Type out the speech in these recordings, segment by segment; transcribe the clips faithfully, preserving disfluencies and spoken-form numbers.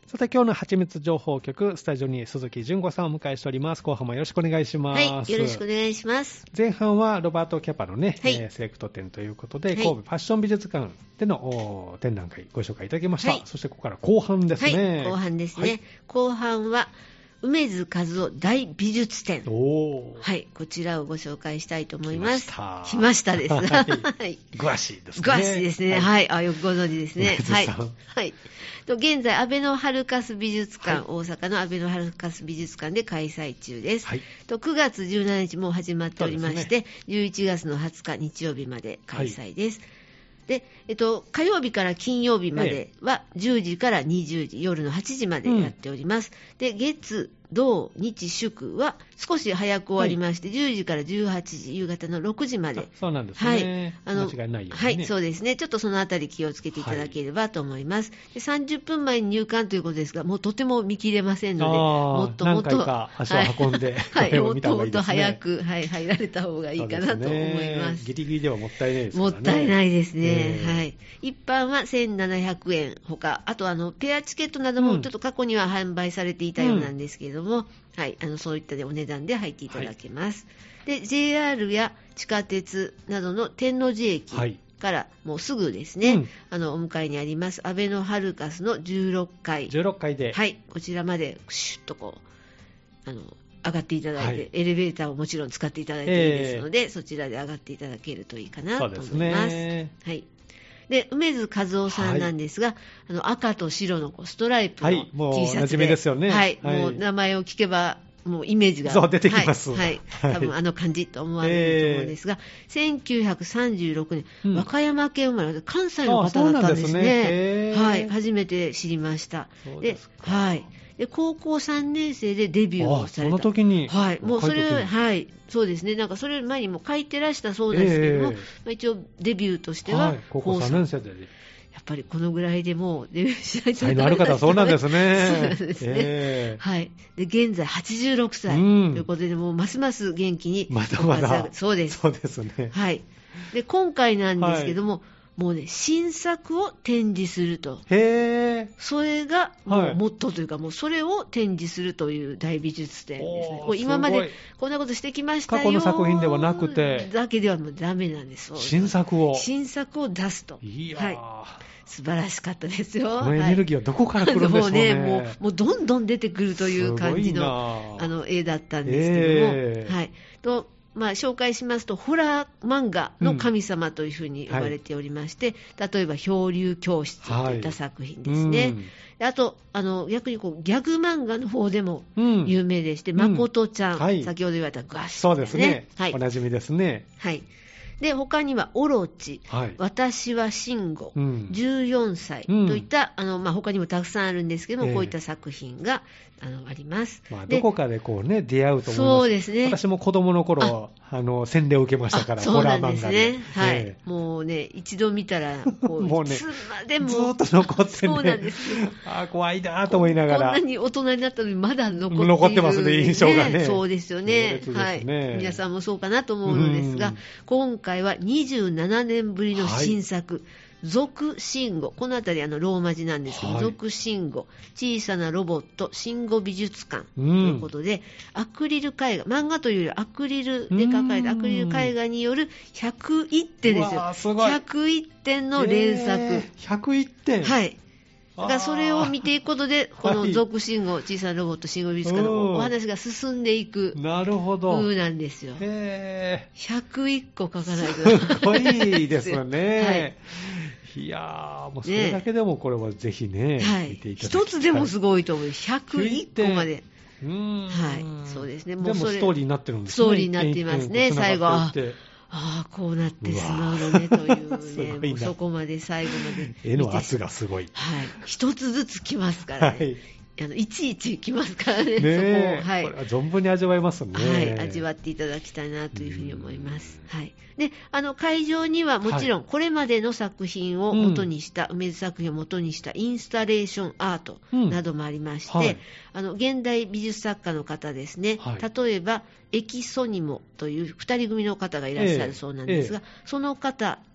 さて今日のはちみつ情報局、スタジオに鈴木純子さんをお迎えしております。後半もよろしくお願いします。 はい、よろしくお願いします。 前半はロバート・キャパのね、 はい、 えー、セレクト展ということで、 はい、 神戸ファッション美術館での展覧会ご紹介いただきました。 はい、 そしてここから後半ですね。 はい、後半ですね。はい、後半は梅津和夫大美術展。 おー、 はい、こちらをご紹介したいと思います。 来ました。 来ましたです。 はい。詳しいですね。 詳しいですね。はい、はい、あ、よくご存知ですね。 はい。 はい。と現在、アベノハルカス美術館、はい、大阪のアベノハルカス美術館で開催中です。はい、とくがつじゅうしちにちもう始まっておりまして、ね、じゅういちがつのはつか日曜日まで開催です。はい、で、えっと、火曜日から金曜日まではじゅうじからにじゅうじ、夜のはちじまでやっております。うん、で、月、土、日、祝は少し早く終わりまして、はい、じゅうじからじゅうはちじ、夕方のろくじまで。 そうなんですね。はい、あの間違いないようにね。 はい、そうですね。ちょっとそのあたり気をつけていただければと思います。はい、でさんじゅっぷんまえに入館ということですが、もうとても見切れませんので、もっともっと何回か足を運んで、 はい、はい、もっともっと早く、はい、入られた方がいいかなと思います。 ギリギリではもったいないですからね。 もったいないですね。はい。一般はせんななひゃくえんほか、あとあのペアチケットなどもちょっと過去には販売されていたようなんですけれども、うん、はい、あのそういったお値段で入っていただけます。はい、で ジェイアール や地下鉄などの天王寺駅からもうすぐですね、はい、うん、あのお迎えにありますアベノハルカスのじゅうろっかい、 じゅうろっかいで、 はい、こちらまでシュッとこうあの上がっていただいて、はい、エレベーターをもちろん使っていただいていいですので、えー、そちらで上がっていただけるといいかなと思います。そうですね。はい。で、梅津和夫さんなんですが、はい、あの赤と白のこうストライプの T シャツで、はい、もう馴染みですよね。はい、はい、もう名前を聞けばもうイメージがそう出てきます。 はい、はい、多分あの感じと思われると思うんですが、えー、せんきゅうひゃくさんじゅうろくねん、うん、和歌山県生まれで関西の方だったんですね。えー、はい、初めて知りました。 そうですか。 で、はい。で高校さんねん生でデビューをされた。 あ、その時に、 はい、もうそれは、はい、そうですね、なんかそれ前にも書いてらしたそうなんですけども、えーまあ、一応デビューとしては、はい、 高校さんねん生で、やっぱりこのぐらいでもうデビューしないと才能ある方はそうなんですね。 そうなんですね。えー、はい。で現在はちじゅうろくさいということで、もうますます元気にまだまだそうです。 そうですね。 はい。で今回なんですけども。はい、もうね、新作を展示すると。 へー。 それがもうモットーというか、はい、もうそれを展示するという大美術展ですね。こう今までこんなことしてきましたよ。 過去の作品ではなくて。 だけではもうダメなんです。 新作を。 新作を出すと。 いやー。はい、 素晴らしかったですよ。 このエネルギーはどこから来るんでしょうね。 はい、もうね、もう、もうどんどん出てくるという感じのあの絵だったんですけども。えー、はい。とまあ、紹介しますと、ホラー漫画の神様というふうに呼ばれておりまして、うん、はい、例えば漂流教室といった作品ですね。はい、うん、あとあの逆にこうギャグ漫画の方でも有名でして、うん、まことちゃん、はい、先ほど言われたガッシュ、ね、 そうですね、はい、おなじみですね。 はい。で他にはオロチ、はい、私は慎吾、うん、じゅうよんさいといった、うん、あのまあ、他にもたくさんあるんですけども、えー、こういった作品が あのあります。 まあ、どこかでこう、ね、出会うと思います。 そうですね。 私も子供の頃あの洗礼を受けましたから、 ホラー漫画で。そうなんですね。はい。 えー、 もうね、一度見たらこうもうね、 いつまでもずっと残ってね。 そうなんです。 あ、怖いなと思いながら。 こんなに大人になったのにまだ残っている、 残ってますね、印象がね。 そうですよね。 ね、 はい。皆さんもそうかなと思うのですが、今回はにじゅうななねんぶりの新作。はい、続慎吾、このあたりあのローマ字なんですけど、はい、続慎吾、小さなロボット慎吾美術館ということで、うん、アクリル絵画、漫画というよりアクリルで描かれたアクリル絵画によるひゃくいってんですよ。 すごい。 ひゃくいってんの連作、えー、ひゃくいってん、 はい。だからそれを見ていくことで、この続慎吾、小さなロボット慎吾美術館のお話が進んでいく風なんですよ。 へー、 ひゃくいっこ描かないと。 すごいですよね。はい、いやー、もうそれだけでもこれはぜひね、はい、見ていただきたい。 一つでもすごいと思う。ひゃくいっこまで。 うーん、 はい、そうですね。 もうそれでもストーリーになってるんですね。 ストーリーになっていますね、最後。ああ、こうなってしまうのねというね、もうそこまで最後まで。 絵の圧がすごい。 はい。一つずつ来ますからね。はい。あのいちいち来ますからね。 ねえ、そこを、はい、これは存分に味わえますね。 はい、味わっていただきたいなというふうに思います。はい。で、あの会場にはもちろんこれまでの作品を元にした、はい、梅津作品を元にしたインスタレーションアートなどもありまして、うん、はい、あの現代美術作家の方ですね、はい、例えばエキソニモというふたり組の方がいらっしゃるそうなんですが、えええ、その方と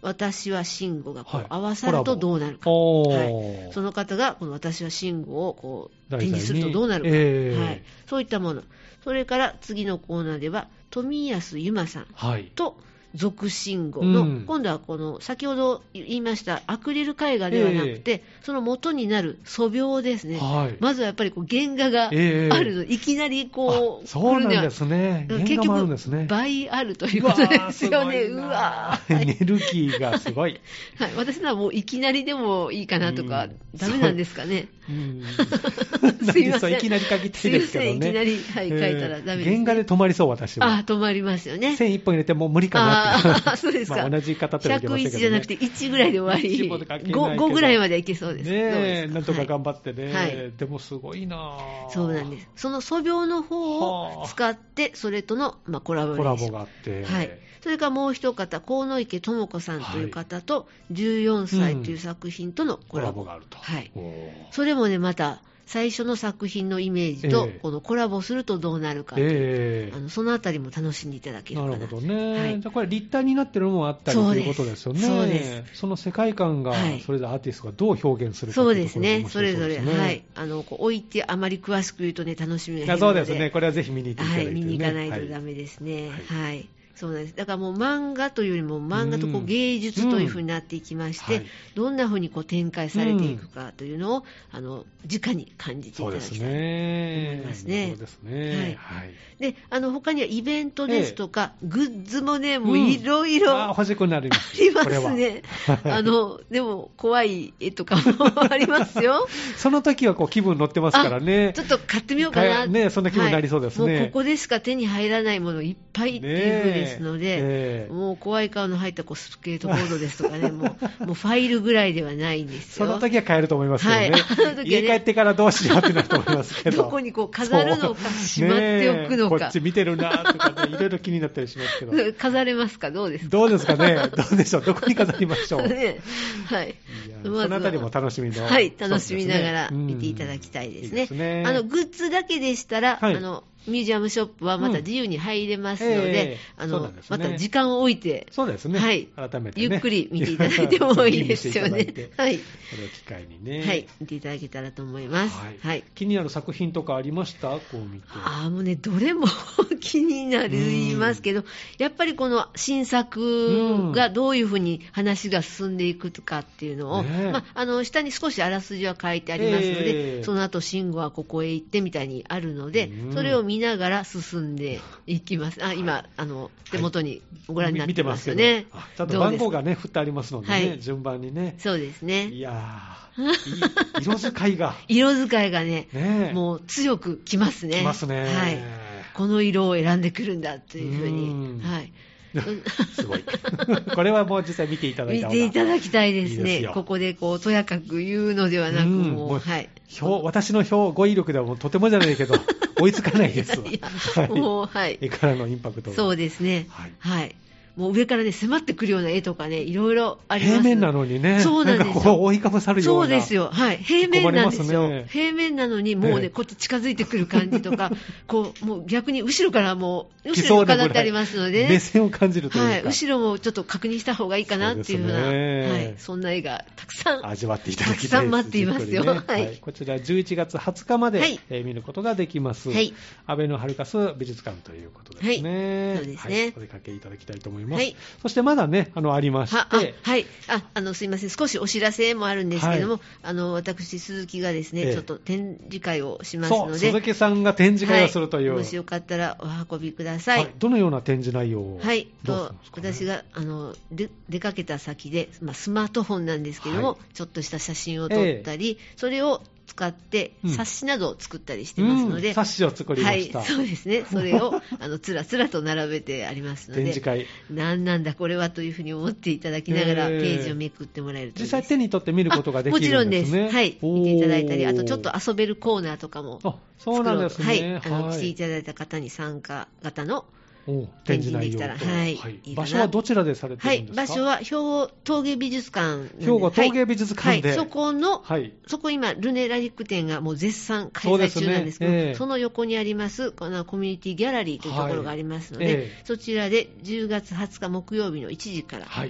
私は慎吾がこう合わさるとどうなるか、 はいはい、その方がこの私は慎吾をこう展示するとどうなるか、 えーはい、そういったもの。それから次のコーナーでは富安由真さんと、はい俗慎吾の、うん、今度はこの先ほど言いましたアクリル絵画ではなくて、えー、その元になる素描ですね、はい、まずはやっぱりこう原画があるの、えー、いきなりこうそうなんですね、原画もあるんですね、 結局倍あるということですよね。うわー、 エネルギーがすごい、 はい、私のはもういきなりでもいいかなとか、うん、ダメなんですかね。 うん、すいません、いきなり書きたいですけどね。 いきなり、はい、書いたらダメです、ね。 原画で止まりそう、私は。 あ、止まりますよね。 線一本入れてもう無理かなって。 あ、そうですか。 まあ、同じ方って言ってましたけど、ね、 ひゃくいちじゃなくていちぐらいで終わり。ご, ごぐらいまでいけそうです。 ねえ、なんとか頑張ってね。 はい、 でもすごいな。 そうなんです。その素描の方を使って、それとの、まあ、コラボレーション。 コラボがあって。 はい。それからもう一方、鴻池智子さんという方と、じゅうよんさいという作品とのコラボ。 コラボがあると。 はい。それもね、また、最初の作品のイメージと、このコラボするとどうなるかという、えー、あのそのあたりも楽しんでいただけるかな。 なるほどね。はい、じゃあこれ立体になってるのもあったりということですよね。 そうです。 その世界観が、それぞれアーティストがどう表現するかというところが面白そうですね。そうですね。それぞれ、はい。あの、こう置いてあまり詳しく言うとね、楽しめないので。 そうですね。これはぜひ見に行っていただいて、ね。 はい、見に行かないとダメですね。はい。はいそうなんです。だからもう漫画というよりも漫画とこう芸術というふうになっていきまして、うんうんはい、どんなふうにこう展開されていくかというのを、うん、あの直に感じていただきたいと思いますね。 そうですね。 はい。で、あの他にはイベントですとか、ええ、グッズもね、もういろいろ欲しくなります。 ありますね。あのでも怖い絵とかもありますよ。 その時はこう気分乗ってますからね。 ちょっと買ってみようかな。 ね、そんな気分になりそうですね。 はい、もうここでしか手に入らないものいっぱいっていうふうですので、えー、もう怖い顔の入ったこうスケートボードですとかね、もう、もうファイルぐらいではないんですよ。 その時は買えると思いますけどね。はい、 ね家帰ってからどうしようってなると思いますけど。 どこにこう飾るのか、しまっておくのか。 こっち見てるなとかね、いろいろ気になったりしますけど。 飾れますか、どうですか。 どうですかね、どうでしょう、どこに飾りましょう。 ね、はい。 そのあたりも楽しみの。 はい、楽しみながら見ていただきたいですね。うん、いいですね。あの、グッズだけでしたら、はい、あの、ミュージアムショップはまた自由に入れますので、うんえー、あの、ね、また時間を置いて、 そうですね。 はい。 改めて、 ね、ゆっくり見ていただいてもいいですよね。はい。これを機会にね。 はい。見ていただけたらと思います。はい。はい、 気になる作品とかありました？こう見て。 ああ、もうね、どれも気になりますけど、やっぱりこの新作がどういうふうに話が進んでいくとかっていうのを、ね、まあ、あの、下に少しあらすじは書いてありますので、えー、その後、慎吾はここへ行ってみたいにあるので、それを見ながら進進んでいきます。あ、今、はい、あの手元にご覧になってますよね。はい、見てますけど、ちゃんと番号がね振ってありますのでね、はい、順番にね。 そうですね。 いやー、色使いが色使いがね、ねもう強くきますね。 きますね。 はい。この色を選んでくるんだというふうに、はい。 すごい。これはもう実際見ていただいた方が見ていただきたいですね。いいですここでこうとやかく言うのではなく、もう、もうはい。 表私の表語彙力ではもうとてもじゃないけど追いつかないです。いやはい、もうはい。 絵からのインパクトが。 そうですね。はい。はい。もう上からね迫ってくるような絵とかねいろいろあります。 平面なのにね。 そうなんですよ。 なんかこう覆いかぶさるような。 そうですよ。はい。平面なんですよ。ね、平面なのにもうね、ええ、こっち近づいてくる感じとか、こうもう逆に後ろからもう後ろに飾ってありますので、ね、 目線を感じるというか。 はい。後ろもちょっと確認した方がいいかなっていうような、ね、はい。そんな絵がたくさん味わっていただきたいです。 たくさん待っていますよ。ね、はい、はい。 こちらじゅういちがつはつかまで、はいえー、見ることができます。はい。アベノハルカス美術館ということですね。 はい。そうですね。はい。 お出かけいただきたいと思います。はい。そしてまだね、あの、ありまして。は、 はい。あ、あの、すいません。少しお知らせもあるんですけども、はい、あの、私、鈴木がですね、ええ、ちょっと展示会をしますので。 鈴木さんが展示会をするという。 はい、もしよかったらお運びください。はい、 どのような展示内容をはい。と、私が、あの、で出かけた先で、まあ、スマートフォンなんですけども、はい、ちょっとした写真を撮ったり、ええ、それを使って冊子などを作ったりしてますので、うん、 冊子を作りました。 はい、そうですね。それをあのつらつらと並べてありますので、 展示会なんなんだこれはというふうに思っていただきながら、ページをめくってもらえるといいです。 実際手に取って見ることができるんですね。 もちろんです。はい、見ていただいたり、あとちょっと遊べるコーナーとかも作ろうと、 そうなんですね。 はい、あの、はい、来ていただいた方に参加型の展示できたら、はい、はい、 場所はどちらでされてるんですか？ はい、場所は兵庫陶芸美術館。 兵庫陶芸美術館で、 はいはい、そこの、はい、そこ今ルネラリック展がもう絶賛開催中なんですけど、そ、ねえー、その横にありますこのコミュニティギャラリーというところがありますので、はいえー、そちらでじゅうがつはつか木曜日のいちじから、はい、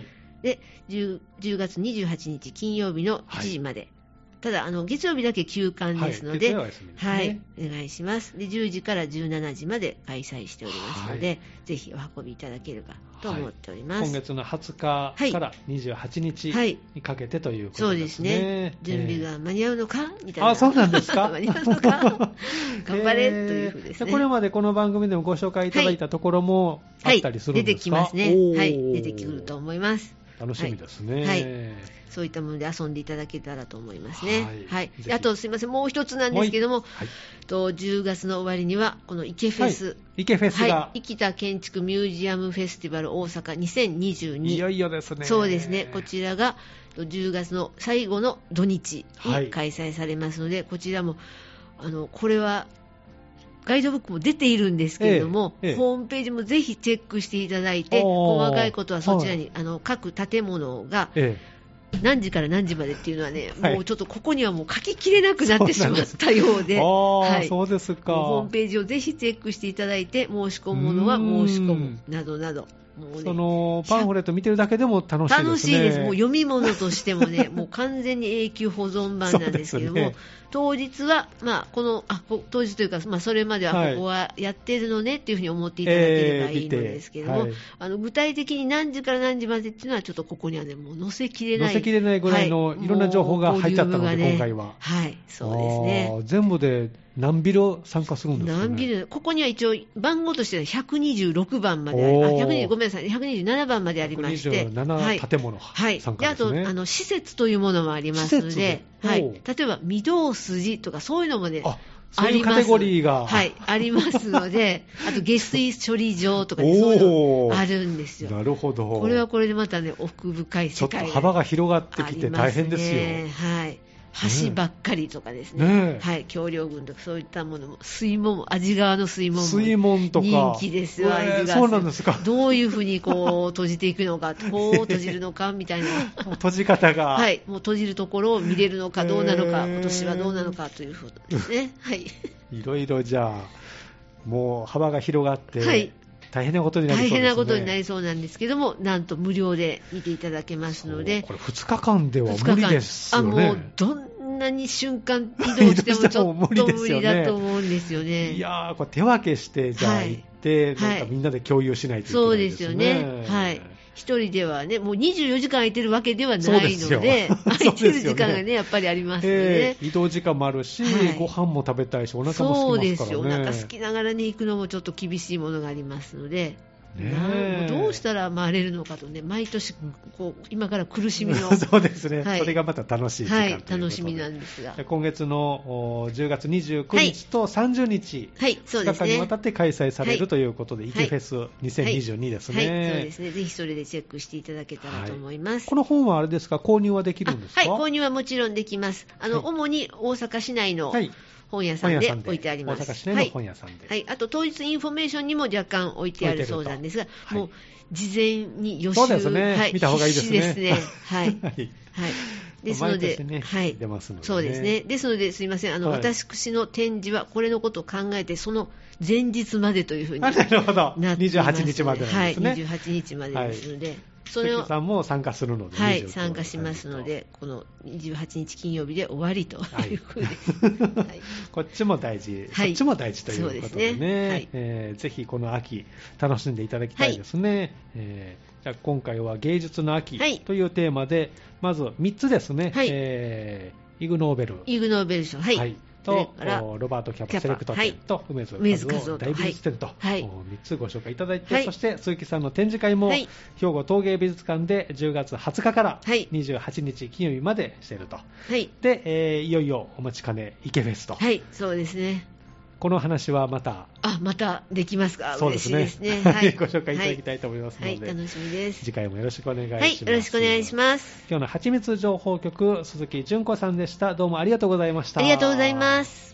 で 10, じゅうがつにじゅうはちにち金曜日のいちじまで、はい、ただあの月曜日だけ休館ですので、 はい、月曜日は休みですね。 はい、お願いします。でじゅうじからじゅうしちじまで開催しておりますので、はい、ぜひお運びいただければと思っております。 はい、今月のはつかからにじゅうはちにちにかけてということですね。 そうですね。準備が間に合うのかみたいな。 あ、そうなんですか。 間に合うのか頑張れ、えー、というふうですね。 これまでこの番組でもご紹介いただいたところもあったりするんですか。 はいはい、出てきますね。はい、出てくると思います。 楽しみですね。 はい、そういったもので遊んでいただけたらと思いますね。はいはい、あとすみません、もう一つなんですけども、はい、とじゅうがつの終わりにはこの池フェス、はい、 池フェスが、 はい、生きた建築ミュージアムフェスティバル大阪にせんにじゅうに、 いよいよですね。 そうですね。こちらがじゅうがつの最後の土日に開催されますので、はい、こちらもあのこれはガイドブックも出ているんですけれども、ええええ、ホームページもぜひチェックしていただいて、細かいことはそちらに、はい、あの各建物が何時から何時までっていうのはね、はい、もうちょっとここにはもう書ききれなくなってしまったようで、 はい、そうですか。 ホームページをぜひチェックしていただいて、申し込むものは申し込むなどなど。もうね、 そのパンフレット見てるだけでも楽しいですね。 楽しいです。もう読み物としてもね、もう完全に永久保存版なんですけども、ね、当日は、まあ、このあ当日というか、まあ、それまではここはやってるのねっていうふうに思っていただければいいのですけども、えーはい、あの具体的に何時から何時までっていうのはちょっとここにはねもう載せきれない、 載せきれないぐらいのいろんな情報が入っちゃったので、ね、今回は、 はい、そうですね。 全部で何ビル参加するんですかね。 何ビル、ここには一応番号としてはひゃくにじゅうろくばんまであり、あひゃくにじゅうごめんなさい、ひゃくにじゅうななばんまでありまして、 ひゃくにじゅうなな建物、 はい、 参加ですね。 であとあの施設というものもありますので、はい、例えば御堂筋とかそういうのもね、 あそういうカテゴリーがはい、ありますので、あと下水処理場とか、ね、そういうのあるんですよ。 なるほど。 これはこれでまたね奥深い世界、 ちょっと幅が広がってきて大変ですよ。 はい。橋ばっかりとかですね、ねはい、橋梁群とかそういったものも、水門も、安治川の水門も水門とか人気ですよ、 えー、そうなんですか。 どういうふうにこう閉じていくのか、こう閉じるのかみたいな閉じ方が、 はい、もう閉じるところを見れるのかどうなのか、えー、今年はどうなのかというふうですね、はい、 いろいろじゃあもう幅が広がって、はい、大変なことになりそうですね。 大変なことになりそうなんですけども、なんと無料で見ていただけますので、 これふつかかんでは無理ですよね。 あもうどんなに瞬間移動してもちょっと無理だと思うんですよね。 いやー、これ手分けしてじゃあ行って、はい、なんかみんなで共有しないといけないですね。 そうですよね。はい。一人ではね、もうにじゅうよじかん空いてるわけではないの で, で空いてる時間がねやっぱりありますので、ねえー、移動時間もあるし、はい、ご飯も食べたいし、お腹も空きますからね。 そうですよ。お腹空きながらに行くのもちょっと厳しいものがありますので。ね、どうしたら回れるのかとね、毎年こう今から苦しみのそうですね、はい、それがまた楽しい時間ということで、 はい、楽しみなんですが、 今月のじゅうがつにじゅうくにちとさんじゅうにち、 はい、そうですね、ふつかかんにわたって開催されるということで、はい、池フェスにせんにじゅうにですね、 はいはい、そうですね、ぜひそれでチェックしていただけたらと思います。はい、 この本はあれですか、購入はできるんですか。 はい、購入はもちろんできます。あの、はい、主に大阪市内の、はい本屋さんで置いてあります。 大阪市内の本屋さんで、 はいはい、あと当日インフォメーションにも若干置いてあるそうなんですが、はい、もう事前に予習、 そうですね、はい、見た方がいいですね。 必死ですね。はい。はい。ですので、 ね、はい、出ますので、ね、 そうですね。ですので、すみません、あの、はい、私の展示はこれのことを考えて、その前日までというふうになっています。 なるほど。にじゅうはちにちまでなんですね。 はい、にじゅうはちにちまでですので。はい、 それをさんも参加するので、 はい、参加しますので、このにじゅうはちにち金曜日で終わりというふうです。はい、 こっちも大事、はい、そっちも大事ということでね、 でね、はいえー、ぜひこの秋楽しんでいただきたいですね。はいえー、じゃあ今回は芸術の秋というテーマで、はい、まずみっつですね、はいえー、イグ・ノーベル。 イグ・ノーベル賞、はい。はいとロバート・キャパセレクト展と梅津和夫大美術展と、はい、みっつご紹介いただいて、はい、そして鈴木さんの展示会も、はい、兵庫陶芸美術館でじゅうがつはつかからにじゅうはちにち金曜日までしていると、はい、で、えー、いよいよお待ちかね池フェスと、 はい、そうですね。 この話はまたあまたできますか。 そうですね、 嬉しいですね、はい、 ご紹介いただきたいと思いますので、 はいはい、楽しみです。 次回もよろしくお願いします。 はい、よろしくお願いします。 今日のはちみつ情報局鈴木純子さんでした。どうもありがとうございました。 ありがとうございます。